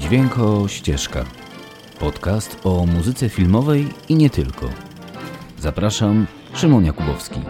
Dźwiękościeżka. Podcast o muzyce filmowej i nie tylko. Zapraszam, Szymon Jakubowski.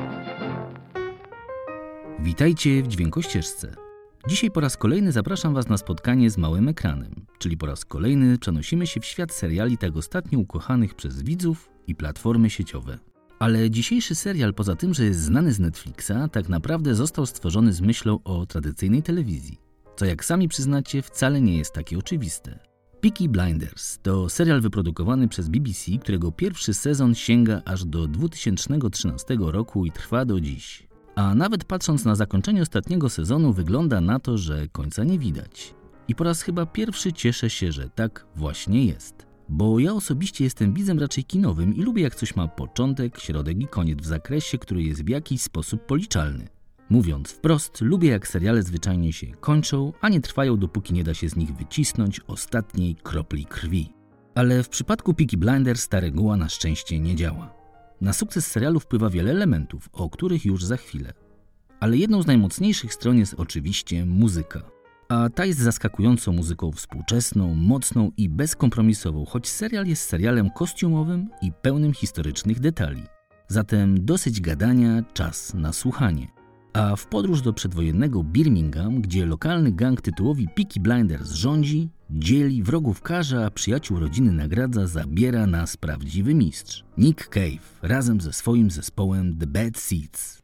Witajcie w Dźwiękościeżce. Dzisiaj po raz kolejny zapraszam Was na spotkanie z małym ekranem, czyli po raz kolejny przenosimy się w świat seriali tak ostatnio ukochanych przez widzów i platformy sieciowe. Ale dzisiejszy serial, poza tym, że jest znany z Netflixa, tak naprawdę został stworzony z myślą o tradycyjnej telewizji. Co jak sami przyznacie, wcale nie jest takie oczywiste. Peaky Blinders to serial wyprodukowany przez BBC, którego pierwszy sezon sięga aż do 2013 roku i trwa do dziś. A nawet patrząc na zakończenie ostatniego sezonu, wygląda na to, że końca nie widać. I po raz chyba pierwszy cieszę się, że tak właśnie jest. Bo ja osobiście jestem widzem raczej kinowym i lubię jak coś ma początek, środek i koniec w zakresie, który jest w jakiś sposób policzalny. Mówiąc wprost, lubię jak seriale zwyczajnie się kończą, a nie trwają dopóki nie da się z nich wycisnąć ostatniej kropli krwi. Ale w przypadku Peaky Blinders ta reguła na szczęście nie działa. Na sukces serialu wpływa wiele elementów, o których już za chwilę. Ale jedną z najmocniejszych stron jest oczywiście muzyka. A ta jest zaskakującą muzyką współczesną, mocną i bezkompromisową, choć serial jest serialem kostiumowym i pełnym historycznych detali. Zatem dosyć gadania, czas na słuchanie. A w podróż do przedwojennego Birmingham, gdzie lokalny gang tytułowi Peaky Blinders rządzi, dzieli, wrogów karze, a przyjaciół rodziny nagradza, zabiera nas prawdziwy mistrz. Nick Cave razem ze swoim zespołem The Bad Seeds.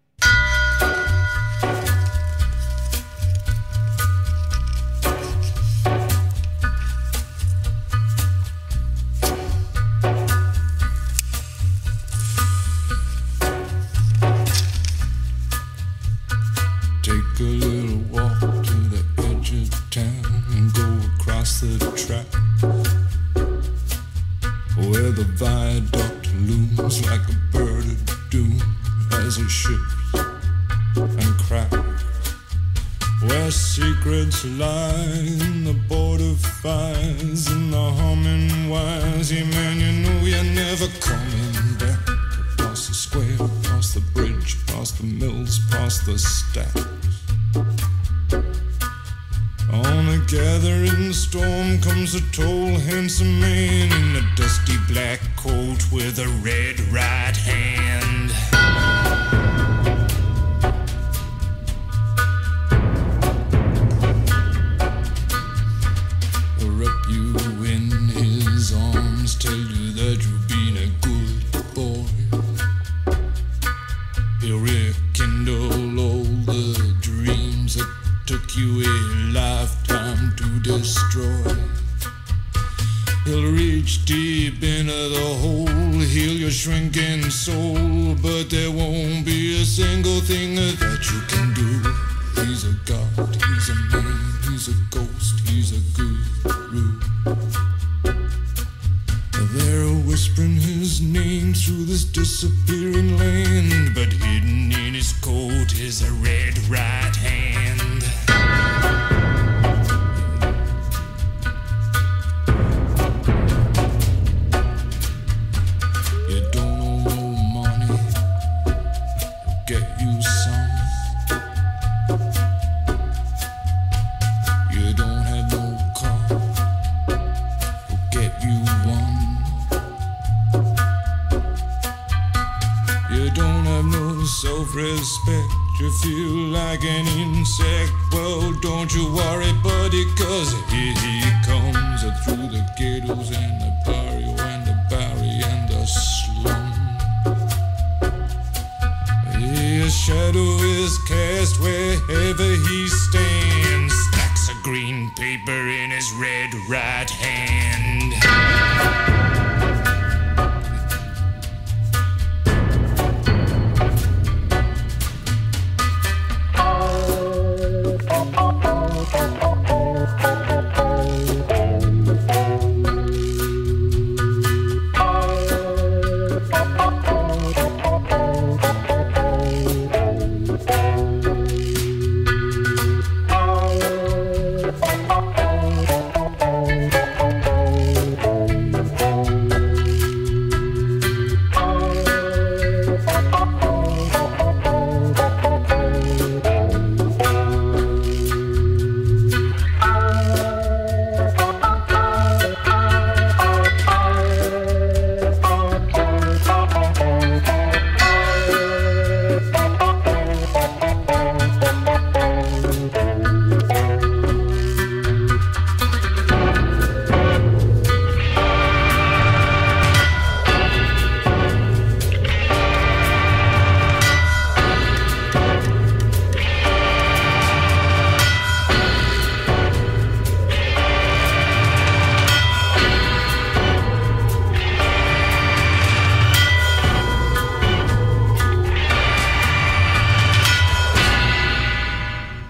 Take a little walk to the edge of town and go across the track where the viaduct looms like a bird of doom as it shifts and cracks, where secrets lie in the border fires and the humming wires. Yeah, man, you know you're never coming back. Past the square, past the bridge, past the mills, past the stacks. On a gathering storm comes a tall, handsome man in a dusty black coat with a red right hand. He'll wrap you in his arms, tell you that you've been a good boy. He'll rekindle all the dreams that took you a lifetime to destroy. He'll reach deep into the hole, heal your shrinking soul, but there won't be a single thing that you can do. He's a god, he's a man, he's a ghost, he's a guru. They're whispering his name through this disappearing land, but hidden in his coat is a red right hand. You don't owe no money, get you some. You don't have no car, get you one. You don't have no self-respect, you feel like an insect. Well, don't you worry, buddy, cause here he comes through the ghettos and the barrio and the barry and the slum. His shadow is cast wherever he stands, stacks of green paper in his red right hand.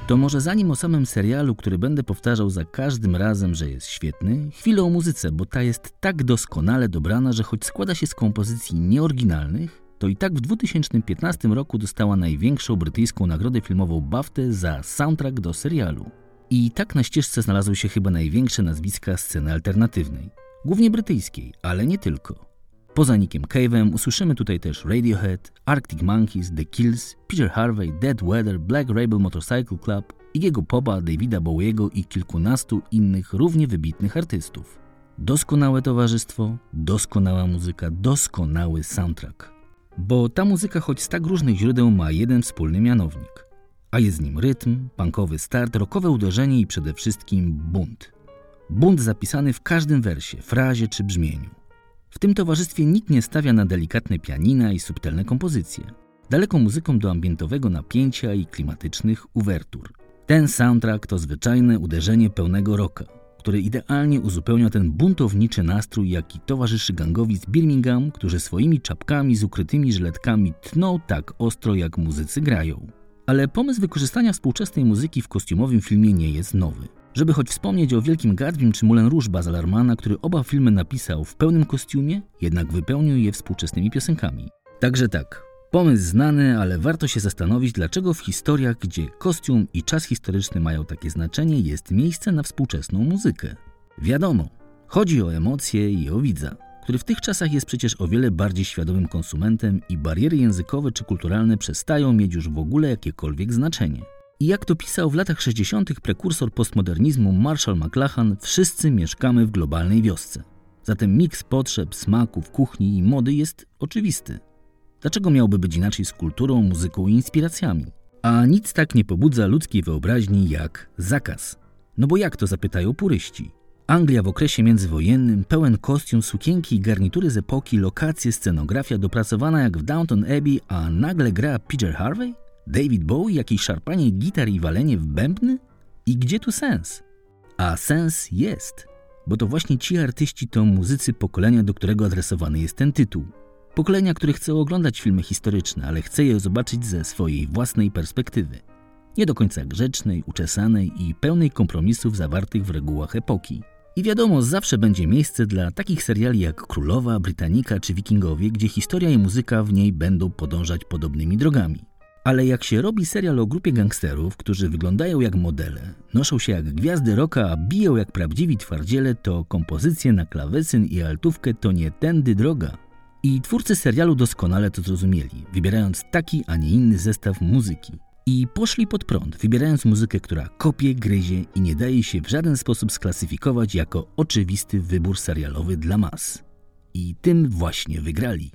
To może zanim o samym serialu, który będę powtarzał za każdym razem, że jest świetny, chwilę o muzyce, bo ta jest tak doskonale dobrana, że choć składa się z kompozycji nieoryginalnych, to i tak w 2015 roku dostała największą brytyjską nagrodę filmową BAFTę za soundtrack do serialu. I tak na ścieżce znalazły się chyba największe nazwiska sceny alternatywnej. Głównie brytyjskiej, ale nie tylko. Poza Nickiem Cave'em usłyszymy tutaj też Radiohead, Arctic Monkeys, The Kills, Peter Harvey, Dead Weather, Black Rebel Motorcycle Club, Iggy'ego Popa, Davida Bowiego i kilkunastu innych równie wybitnych artystów. Doskonałe towarzystwo, doskonała muzyka, doskonały soundtrack. Bo ta muzyka choć z tak różnych źródeł ma jeden wspólny mianownik. A jest z nim rytm, punkowy start, rockowe uderzenie i przede wszystkim bunt. Bunt zapisany w każdym wersie, frazie czy brzmieniu. W tym towarzystwie nikt nie stawia na delikatne pianina i subtelne kompozycje. Daleką muzyką do ambientowego napięcia i klimatycznych uwertur. Ten soundtrack to zwyczajne uderzenie pełnego rocka, który idealnie uzupełnia ten buntowniczy nastrój, jaki towarzyszy gangowi z Birmingham, którzy swoimi czapkami z ukrytymi żyletkami tną tak ostro, jak muzycy grają. Ale pomysł wykorzystania współczesnej muzyki w kostiumowym filmie nie jest nowy. Żeby choć wspomnieć o Wielkim Gatsbym czy Moulin Rouge Baza Luhrmanna, który oba filmy napisał w pełnym kostiumie, jednak wypełnił je współczesnymi piosenkami. Także tak, pomysł znany, ale warto się zastanowić, dlaczego w historiach, gdzie kostium i czas historyczny mają takie znaczenie, jest miejsce na współczesną muzykę. Wiadomo, chodzi o emocje i o widza, który w tych czasach jest przecież o wiele bardziej świadomym konsumentem i bariery językowe czy kulturalne przestają mieć już w ogóle jakiekolwiek znaczenie. I jak to pisał w latach 60. prekursor postmodernizmu Marshall McLuhan, wszyscy mieszkamy w globalnej wiosce. Zatem miks potrzeb, smaków, kuchni i mody jest oczywisty. Dlaczego miałby być inaczej z kulturą, muzyką i inspiracjami? A nic tak nie pobudza ludzkiej wyobraźni jak zakaz. No bo jak to zapytają puryści? Anglia w okresie międzywojennym, pełen kostium, sukienki i garnitury z epoki, lokacje, scenografia dopracowana jak w Downton Abbey, a nagle gra Peter Harvey? David Bowie, jakieś szarpanie gitar i walenie w bębny? I gdzie tu sens? A sens jest, bo to właśnie ci artyści to muzycy pokolenia, do którego adresowany jest ten tytuł. Pokolenia, które chce oglądać filmy historyczne, ale chce je zobaczyć ze swojej własnej perspektywy. Nie do końca grzecznej, uczesanej i pełnej kompromisów zawartych w regułach epoki. I wiadomo, zawsze będzie miejsce dla takich seriali jak Królowa, Britannica czy Wikingowie, gdzie historia i muzyka w niej będą podążać podobnymi drogami. Ale jak się robi serial o grupie gangsterów, którzy wyglądają jak modele, noszą się jak gwiazdy rocka, a biją jak prawdziwi twardziele, to kompozycje na klawesyn i altówkę to nie tędy droga. I twórcy serialu doskonale to zrozumieli, wybierając taki, a nie inny zestaw muzyki. I poszli pod prąd, wybierając muzykę, która kopie, gryzie i nie daje się w żaden sposób sklasyfikować jako oczywisty wybór serialowy dla mas. I tym właśnie wygrali.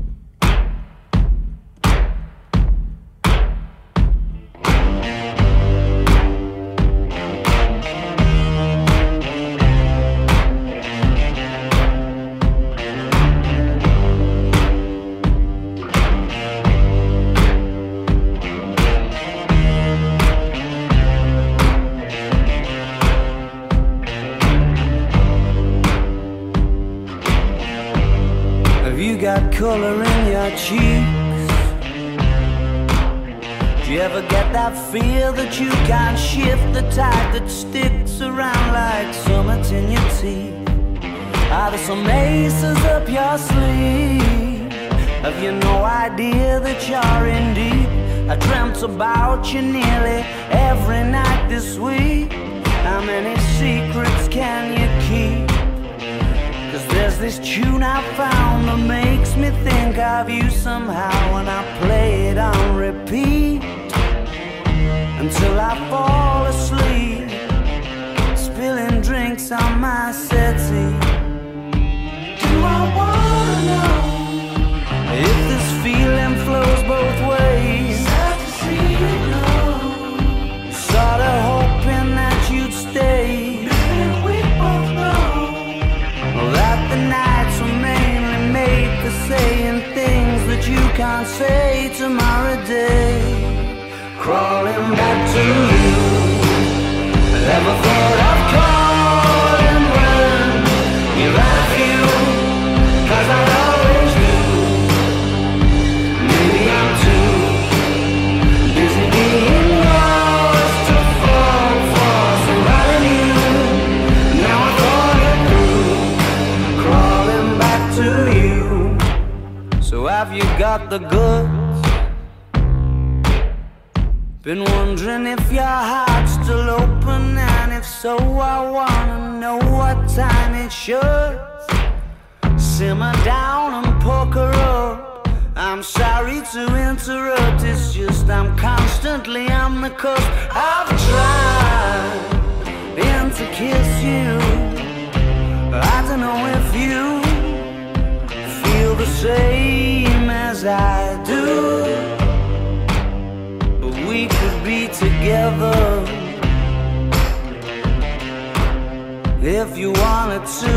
Got color in your cheeks. Do you ever get that feel that you can't shift, the tide that sticks around like summits in your teeth? Are there some aces up your sleeve? Have you no idea that you're in deep? I dreamt about you nearly every night this week. How many secrets can you keep? 'Cause there's this tune I found that makes me think of you somehow, and I play it on repeat until I fall asleep, spilling drinks on my settee. Do I wanna know if this feeling flows both ways? Sad to see you go. Sorta hoping that you'd stay. Saying things that you can't say tomorrow day. Crawling back to you. Never thought of calling when you're out of you, 'cause I always knew. Maybe I'm too busy being yours to got the goods. Been wondering if your heart's still open, and if so, I wanna know what time it should. Simmer down and poker up. I'm sorry to interrupt, it's just I'm constantly on the cusp. I've tried to kiss you. I don't know if you feel the same as I do, but we could be together if you wanted to.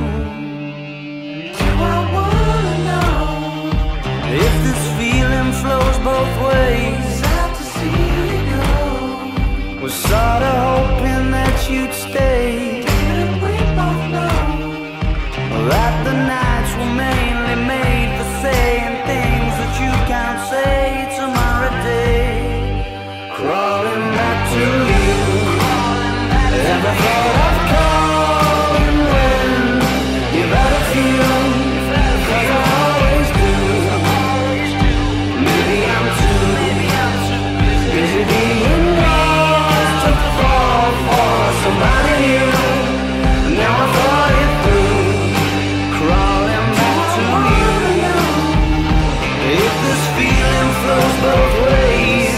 Do I wanna know if this feeling flows both ways? Sad to see you go. Was sorta hoping that you'd stay. Didn't we both know that the nights were mainly made for saying things that you can't say tomorrow day? Crawling back to you. Ever thought of calling when you've had a few? 'Cause I always do. Maybe I'm too busy being lost to fall for somebody new. Now I thought it through. Crawling back to you. If this feeling flows both ways,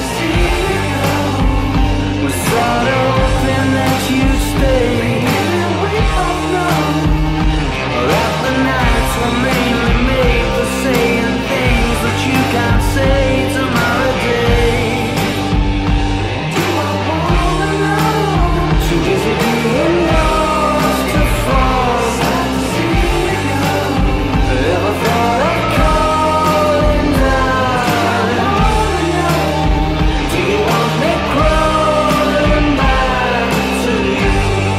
we're sort of hoping that you stay. We both know that the nights were mainly made for saying things that you can't say tomorrow day. Do I wanna know? Too busy being lost to fall. Sad to see you go. Ever thought of calling down? Do you want me crawling back to you?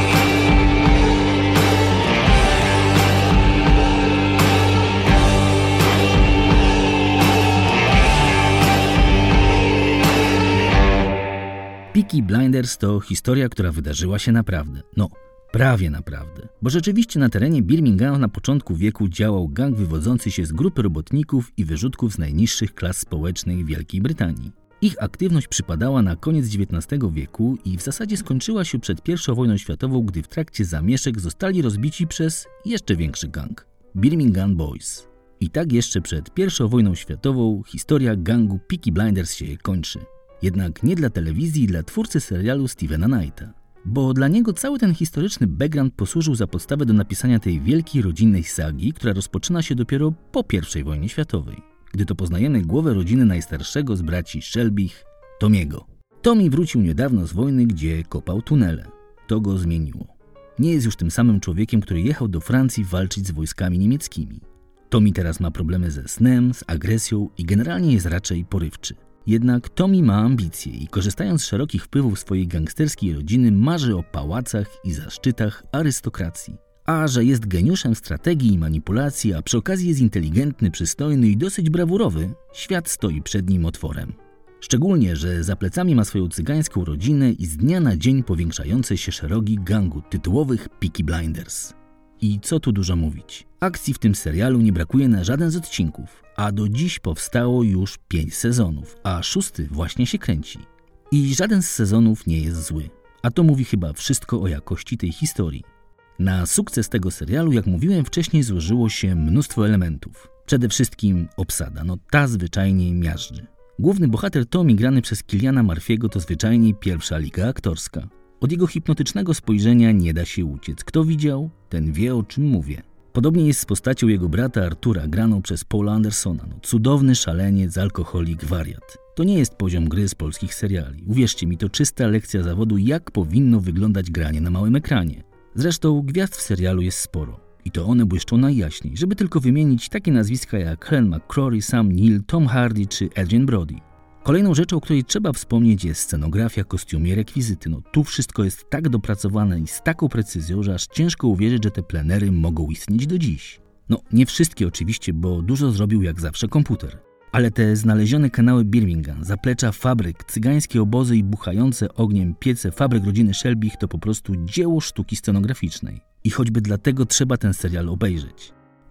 Peaky Blinders to historia, która wydarzyła się naprawdę. No, prawie naprawdę. Bo rzeczywiście na terenie Birmingham na początku wieku działał gang wywodzący się z grupy robotników i wyrzutków z najniższych klas społecznych Wielkiej Brytanii. Ich aktywność przypadała na koniec XIX wieku i w zasadzie skończyła się przed I wojną światową, gdy w trakcie zamieszek zostali rozbici przez jeszcze większy gang – Birmingham Boys. I tak jeszcze przed I wojną światową historia gangu Peaky Blinders się kończy. Jednak nie dla telewizji i dla twórcy serialu Stevena Knighta. Bo dla niego cały ten historyczny background posłużył za podstawę do napisania tej wielkiej rodzinnej sagi, która rozpoczyna się dopiero po I wojnie światowej, gdy to poznajemy głowę rodziny najstarszego z braci Shelbych, Tomiego. Tommy wrócił niedawno z wojny, gdzie kopał tunele. To go zmieniło. Nie jest już tym samym człowiekiem, który jechał do Francji walczyć z wojskami niemieckimi. Tommy teraz ma problemy ze snem, z agresją i generalnie jest raczej porywczy. Jednak Tommy ma ambicje i korzystając z szerokich wpływów swojej gangsterskiej rodziny marzy o pałacach i zaszczytach arystokracji. A że jest geniuszem strategii i manipulacji, a przy okazji jest inteligentny, przystojny i dosyć brawurowy, świat stoi przed nim otworem. Szczególnie, że za plecami ma swoją cygańską rodzinę i z dnia na dzień powiększające się szeregi gangu tytułowych Peaky Blinders. I co tu dużo mówić, akcji w tym serialu nie brakuje na żaden z odcinków, a do dziś powstało już 5 sezonów, a 6 właśnie się kręci. I żaden z sezonów nie jest zły, a to mówi chyba wszystko o jakości tej historii. Na sukces tego serialu, jak mówiłem wcześniej, złożyło się mnóstwo elementów. Przede wszystkim obsada, ta zwyczajnie miażdży. Główny bohater Tommy grany przez Cilliana Murphy'ego to zwyczajnie pierwsza liga aktorska. Od jego hipnotycznego spojrzenia nie da się uciec. Kto widział, ten wie, o czym mówię. Podobnie jest z postacią jego brata Artura, graną przez Paula Andersona. Cudowny szaleniec, alkoholik, wariat. To nie jest poziom gry z polskich seriali. Uwierzcie mi, to czysta lekcja zawodu, jak powinno wyglądać granie na małym ekranie. Zresztą gwiazd w serialu jest sporo. I to one błyszczą najjaśniej, żeby tylko wymienić takie nazwiska jak Helen McCrory, Sam Neill, Tom Hardy czy Adrien Brody. Kolejną rzeczą, o której trzeba wspomnieć, jest scenografia, kostiumy i rekwizyty. Tu wszystko jest tak dopracowane i z taką precyzją, że aż ciężko uwierzyć, że te plenery mogą istnieć do dziś. Nie wszystkie oczywiście, bo dużo zrobił jak zawsze komputer. Ale te znalezione kanały Birmingham, zaplecza fabryk, cygańskie obozy i buchające ogniem piece fabryk rodziny Shelbych to po prostu dzieło sztuki scenograficznej. I choćby dlatego trzeba ten serial obejrzeć.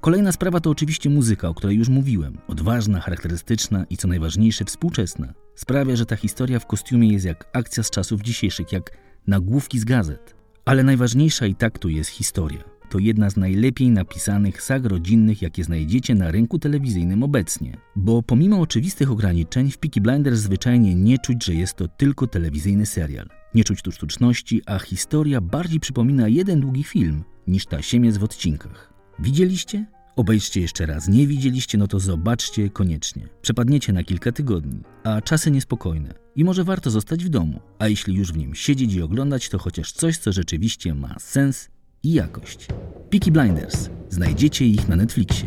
Kolejna sprawa to oczywiście muzyka, o której już mówiłem. Odważna, charakterystyczna i co najważniejsze współczesna. Sprawia, że ta historia w kostiumie jest jak akcja z czasów dzisiejszych, jak nagłówki z gazet. Ale najważniejsza i tak tu jest historia. To jedna z najlepiej napisanych sag rodzinnych, jakie znajdziecie na rynku telewizyjnym obecnie. Bo pomimo oczywistych ograniczeń w Peaky Blinders zwyczajnie nie czuć, że jest to tylko telewizyjny serial. Nie czuć tu sztuczności, a historia bardziej przypomina jeden długi film niż tasiemiec w odcinkach. Widzieliście? Obejrzcie jeszcze raz. Nie widzieliście? No to zobaczcie koniecznie. Przepadniecie na kilka tygodni, a czasy niespokojne i może warto zostać w domu. A jeśli już w nim siedzieć i oglądać, to chociaż coś, co rzeczywiście ma sens i jakość. Peaky Blinders. Znajdziecie ich na Netflixie.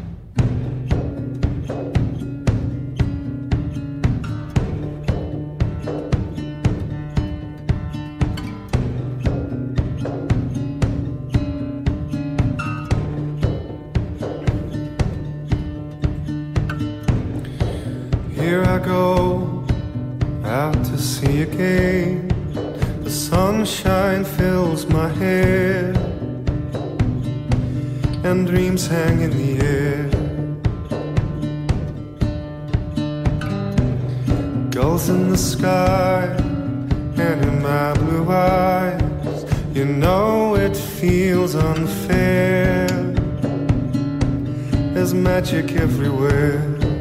Here I go, out to sea again. The sunshine fills my hair, and dreams hang in the air. Gulls in the sky, and in my blue eyes, you know it feels unfair. There's magic everywhere.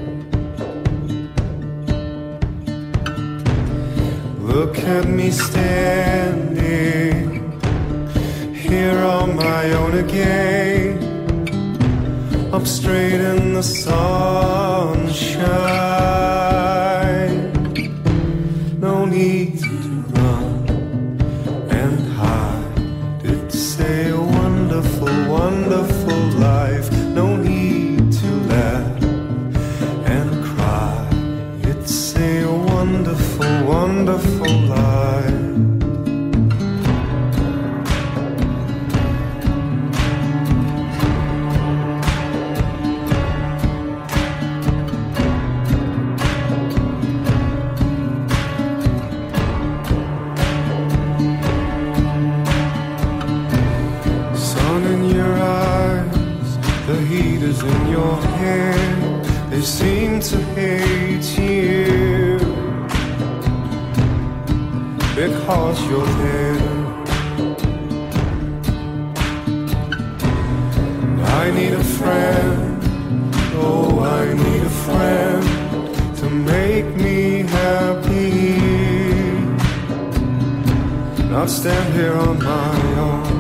Look at me standing here on my own again, up straight in the sunshine. No need to run and hide. It's a wonderful, wonderful life. No need to laugh and cry. It's a wonderful, wonderful life. Sun in your eyes, the heat is in your hair. They seem to hate you because you're there. I need a friend, oh I need a friend to make me happy, not stand here on my own.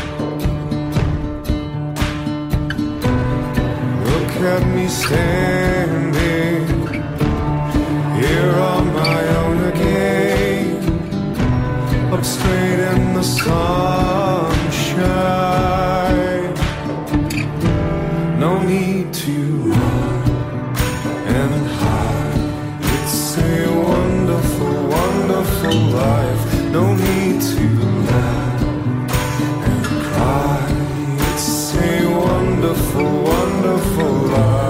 Look at me standing here on my own again, up straight in the sunshine. No need to run and hide. It's a wonderful, wonderful life. No need to laugh and cry. It's a wonderful, wonderful life.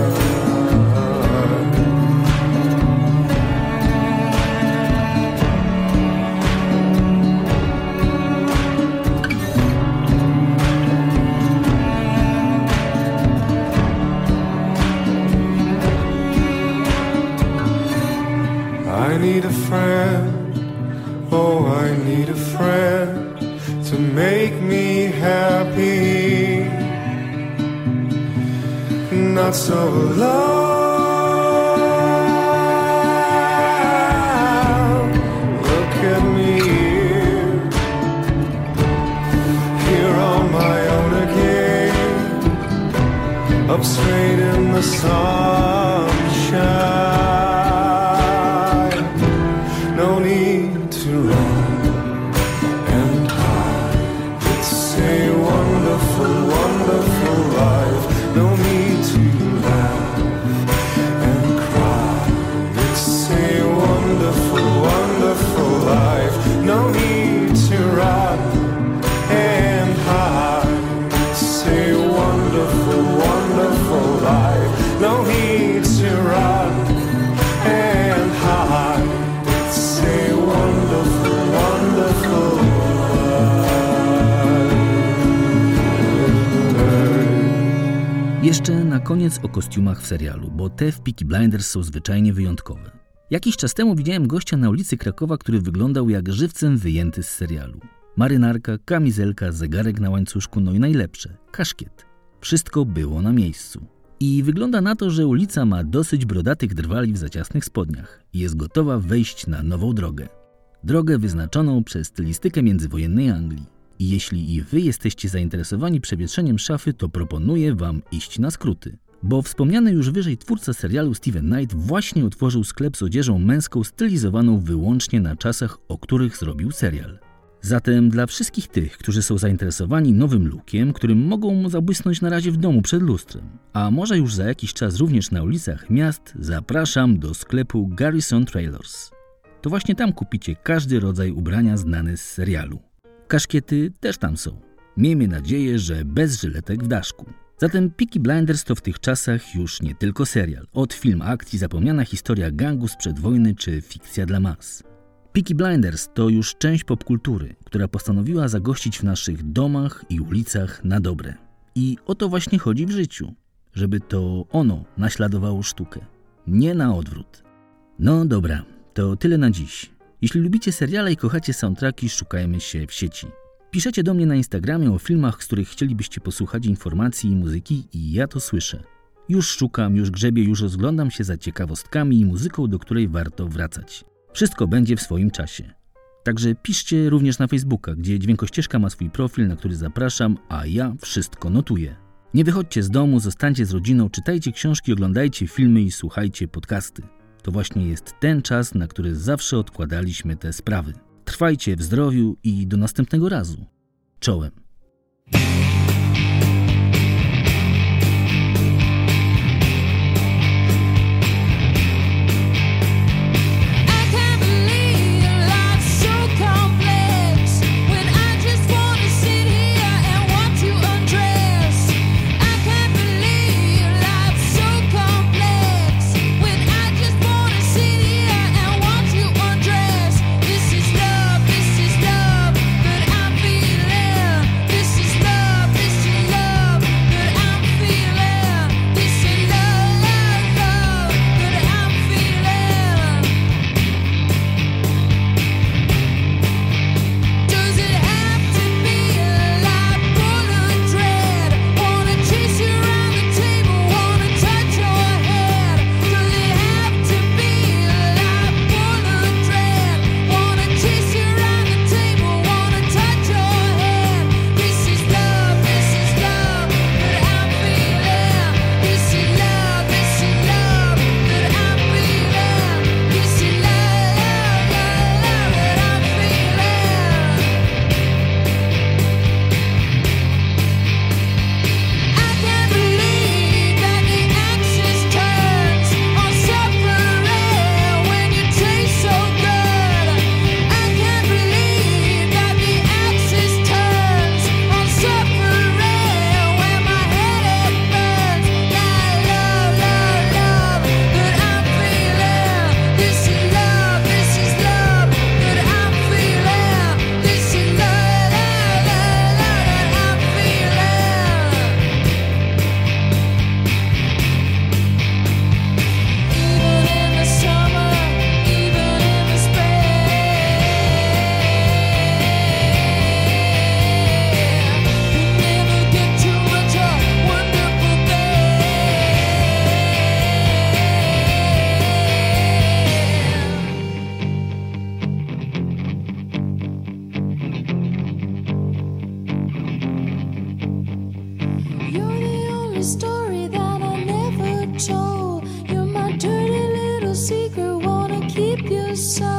I need a friend, oh I need a friend to make me happy, not so alone. Look at me here on my own again, up straight in the sunshine. No need to run and hide. It's a wonderful, wonderful life. No need to laugh and cry. It's a wonderful, wonderful life. No need to run and hide. It's a wonderful, wonderful life. No need to run and hide. It's a wonderful, wonderful life. koniec o kostiumach w serialu, bo te w Peaky Blinders są zwyczajnie wyjątkowe. Jakiś czas temu widziałem gościa na ulicy Krakowa, który wyglądał jak żywcem wyjęty z serialu. Marynarka, kamizelka, zegarek na łańcuszku, no i najlepsze – kaszkiet. Wszystko było na miejscu. I wygląda na to, że ulica ma dosyć brodatych drwali w zaciasnych spodniach i jest gotowa wejść na nową drogę. Drogę wyznaczoną przez stylistykę międzywojennej Anglii. I jeśli i wy jesteście zainteresowani przewietrzeniem szafy, to proponuję wam iść na skróty. Bo wspomniany już wyżej twórca serialu Steven Knight właśnie otworzył sklep z odzieżą męską stylizowaną wyłącznie na czasach, o których zrobił serial. Zatem dla wszystkich tych, którzy są zainteresowani nowym lookiem, którym mogą zabłysnąć na razie w domu przed lustrem, a może już za jakiś czas również na ulicach miast, zapraszam do sklepu Garrison Trailers. To właśnie tam kupicie każdy rodzaj ubrania znany z serialu. Kaszkiety też tam są. Miejmy nadzieję, że bez żyletek w daszku. Zatem Peaky Blinders to w tych czasach już nie tylko serial. Od film akcji, zapomniana historia gangu sprzed wojny czy fikcja dla mas. Peaky Blinders to już część popkultury, która postanowiła zagościć w naszych domach i ulicach na dobre. I o to właśnie chodzi w życiu, żeby to ono naśladowało sztukę, nie na odwrót. No dobra, to tyle na dziś. Jeśli lubicie seriale i kochacie soundtracki, szukajmy się w sieci. Piszecie do mnie na Instagramie o filmach, z których chcielibyście posłuchać informacji i muzyki i ja to słyszę. Już szukam, już grzebię, już rozglądam się za ciekawostkami i muzyką, do której warto wracać. Wszystko będzie w swoim czasie. Także piszcie również na Facebooka, gdzie Dźwiękościeżka ma swój profil, na który zapraszam, a ja wszystko notuję. Nie wychodźcie z domu, zostańcie z rodziną, czytajcie książki, oglądajcie filmy i słuchajcie podcasty. To właśnie jest ten czas, na który zawsze odkładaliśmy te sprawy. Trwajcie w zdrowiu i do następnego razu. Czołem. Story that I never told. You're my dirty little secret, wanna keep you so.